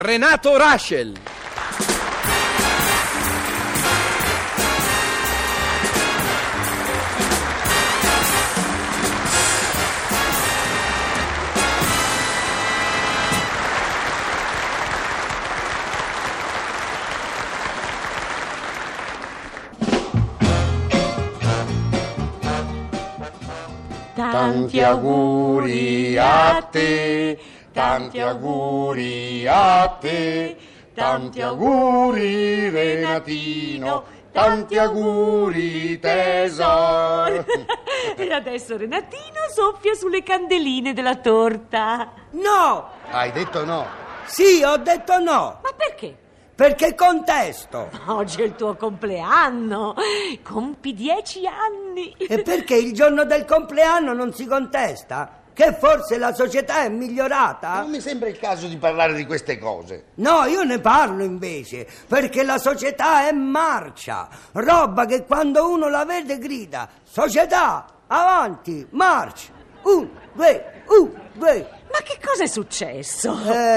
Renato Raschel. Tanti auguri a te, tanti auguri a te, tanti auguri Renatino, tanti auguri tesoro. E adesso Renatino soffia sulle candeline della torta. No! Hai detto no? Sì, ho detto no! Ma perché? Perché contesto! Oggi è il tuo compleanno, compi 10 anni. E perché il giorno del compleanno non si contesta? Che forse la società è migliorata? Non mi sembra il caso di parlare di queste cose. No, io ne parlo invece, perché la società è marcia, roba che quando uno la vede grida: società, avanti, marcia, 1, 2, 1, 2. Ma che cosa è successo?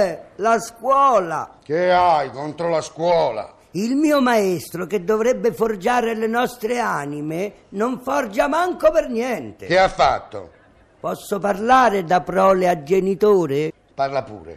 La scuola. Che hai contro la scuola? Il mio maestro, che dovrebbe forgiare le nostre anime, non forgia manco per niente. Che ha fatto? Posso parlare da prole a genitore? Parla pure.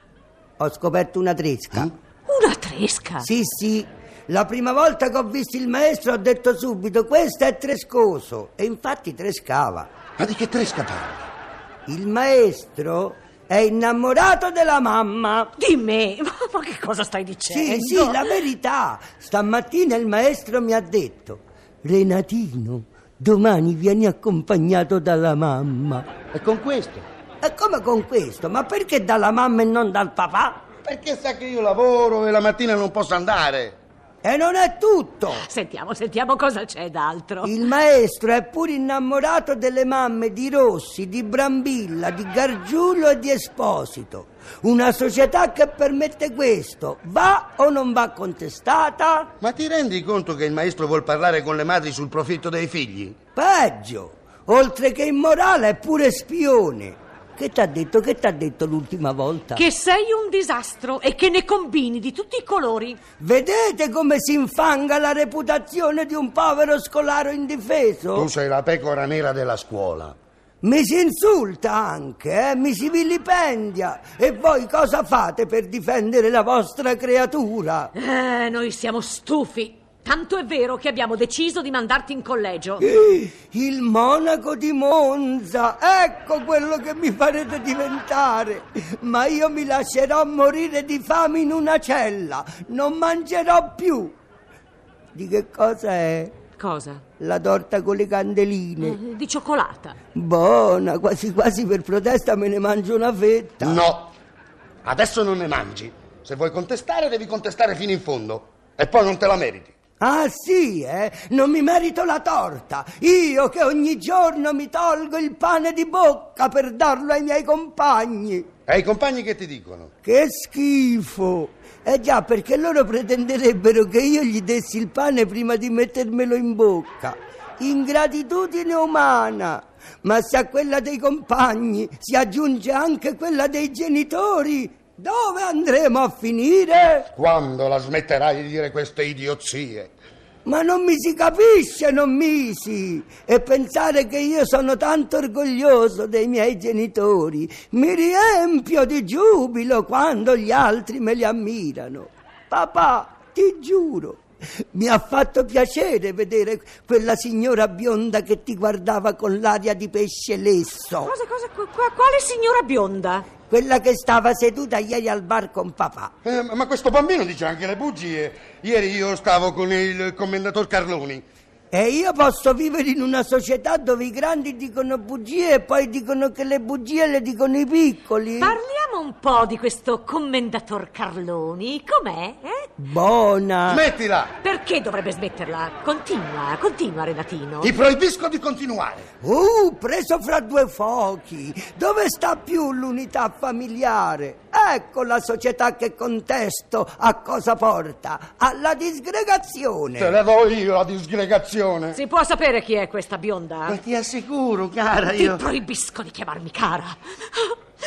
Ho scoperto una tresca. Una tresca? Sì, la prima volta che ho visto il maestro ho detto subito: questo è trescoso. E infatti trescava. Ma di che tresca parli? Il maestro è innamorato della mamma. Di me? Ma che cosa stai dicendo? Sì, la verità. Stamattina il maestro mi ha detto: Renatino, domani vieni accompagnato dalla mamma. E con questo? E come con questo? Ma perché dalla mamma e non dal papà? Perché sa che io lavoro e la mattina non posso andare. E non è tutto. Sentiamo cosa c'è d'altro. Il maestro è pure innamorato delle mamme di Rossi, di Brambilla, di Gargiulo e di Esposito. Una società che permette questo va o non va contestata? Ma ti rendi conto che il maestro vuol parlare con le madri sul profitto dei figli? Peggio, oltre che immorale è pure spione. Che t'ha detto l'ultima volta? Che sei un disastro e che ne combini di tutti i colori. Vedete come si infanga la reputazione di un povero scolaro indifeso? Tu sei la pecora nera della scuola. Mi si insulta anche, mi si vilipendia. E voi cosa fate per difendere la vostra creatura? Noi siamo stufi. Tanto è vero che abbiamo deciso di mandarti in collegio. Il monaco di Monza, ecco quello che mi farete diventare. Ma io mi lascerò morire di fame in una cella, non mangerò più. Di che cosa è? Cosa? La torta con le candeline. Di cioccolata. Buona, quasi quasi per protesta me ne mangio una fetta. No, adesso non ne mangi. Se vuoi contestare devi contestare fino in fondo. E poi non te la meriti. Ah sì, non mi merito la torta. Io che ogni giorno mi tolgo il pane di bocca per darlo ai miei compagni. E ai compagni che ti dicono? Che schifo. Già, perché loro pretenderebbero che io gli dessi il pane prima di mettermelo in bocca. Ingratitudine umana. Ma se a quella dei compagni si aggiunge anche quella dei genitori, dove andremo a finire? Quando la smetterai di dire queste idiozie? Ma non mi si capisce, non misi. E pensare che io sono tanto orgoglioso dei miei genitori mi riempio di giubilo quando gli altri me li ammirano. Papà, ti giuro, mi ha fatto piacere vedere quella signora bionda che ti guardava con l'aria di pesce lesso. Quale signora bionda? Quella che stava seduta ieri al bar con papà. Ma questo bambino dice anche le bugie. Ieri io stavo con il commendator Carloni. E io posso vivere in una società dove i grandi dicono bugie e poi dicono che le bugie le dicono i piccoli? Parliamo un po' di questo commendator Carloni. Com'è? Buona. Smettila! Perché dovrebbe smetterla? Continua Renatino. Ti proibisco di continuare. Preso fra due fuochi. Dove sta più l'unità familiare? Ecco la società che contesto a cosa porta? Alla disgregazione. Te la do io la disgregazione. Si può sapere chi è questa bionda? Ma ti assicuro, cara, Ti proibisco di chiamarmi cara.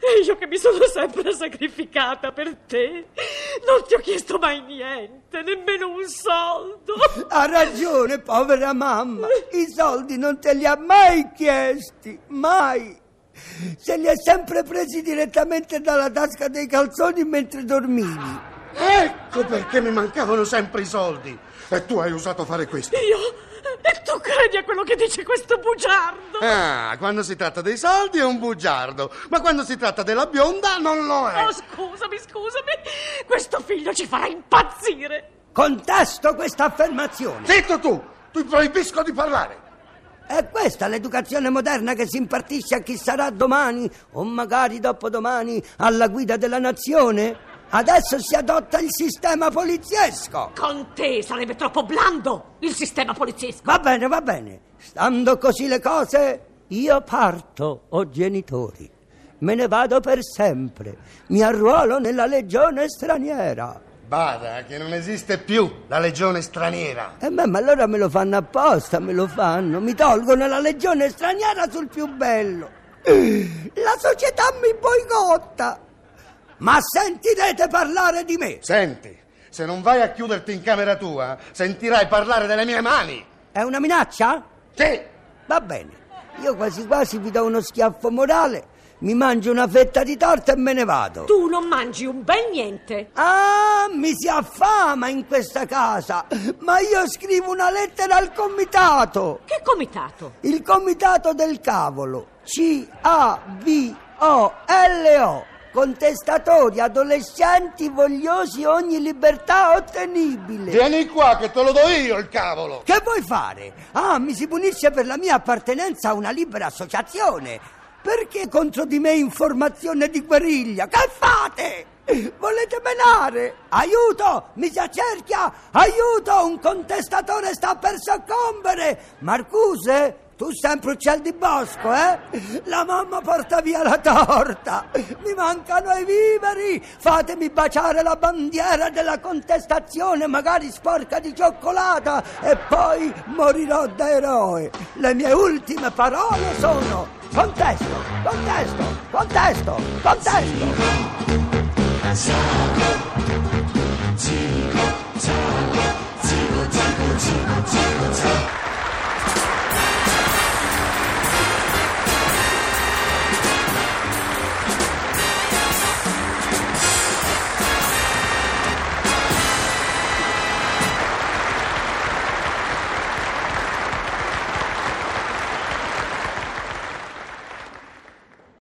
E io che mi sono sempre sacrificata per te, non ti ho chiesto mai niente, nemmeno un soldo. Ha ragione, povera mamma. I soldi non te li ha mai chiesti, mai. Se li hai sempre presi direttamente dalla tasca dei calzoni mentre dormivi. Ecco perché mi mancavano sempre i soldi. E tu hai osato fare questo. Io? E tu credi a quello che dice questo bugiardo? Ah, quando si tratta dei soldi è un bugiardo, ma quando si tratta della bionda non lo è. Oh, scusami. Questo figlio ci farà impazzire. Contesto questa affermazione. Zitto tu! Ti proibisco di parlare. È questa l'educazione moderna che si impartisce a chi sarà domani, o magari dopodomani, alla guida della nazione? Adesso si adotta il sistema poliziesco. Con te sarebbe troppo blando il sistema poliziesco. Va bene. Stando così le cose, io parto, o genitori. Me ne vado per sempre. Mi arruolo nella legione straniera. Bada, che non esiste più la legione straniera. Ma allora me lo fanno apposta, Mi tolgono la legione straniera sul più bello. La società mi boicotta. Ma sentirete parlare di me. Senti, se non vai a chiuderti in camera tua, sentirai parlare delle mie mani. È una minaccia? Sì. Va bene. Io quasi vi do uno schiaffo morale, mi mangio una fetta di torta e me ne vado. Tu non mangi un bel niente. Ah, mi si affama in questa casa. Ma io scrivo una lettera al comitato. Che comitato? Il comitato del cavolo. CAVOLO. Contestatori, adolescenti, vogliosi ogni libertà ottenibile. Vieni qua che te lo do io il cavolo. Che vuoi fare? Ah, mi si punisce per la mia appartenenza a una libera associazione. Perché contro di me informazione di guerriglia? Che fate? Volete menare? Aiuto! Mi si accerchia! Aiuto! Un contestatore sta per soccombere! Marcuse? Tu sempre uccel di bosco, eh? La mamma porta via la torta. Mi mancano i viveri. Fatemi baciare la bandiera della contestazione, magari sporca di cioccolata, e poi morirò da eroe. Le mie ultime parole sono: contesto.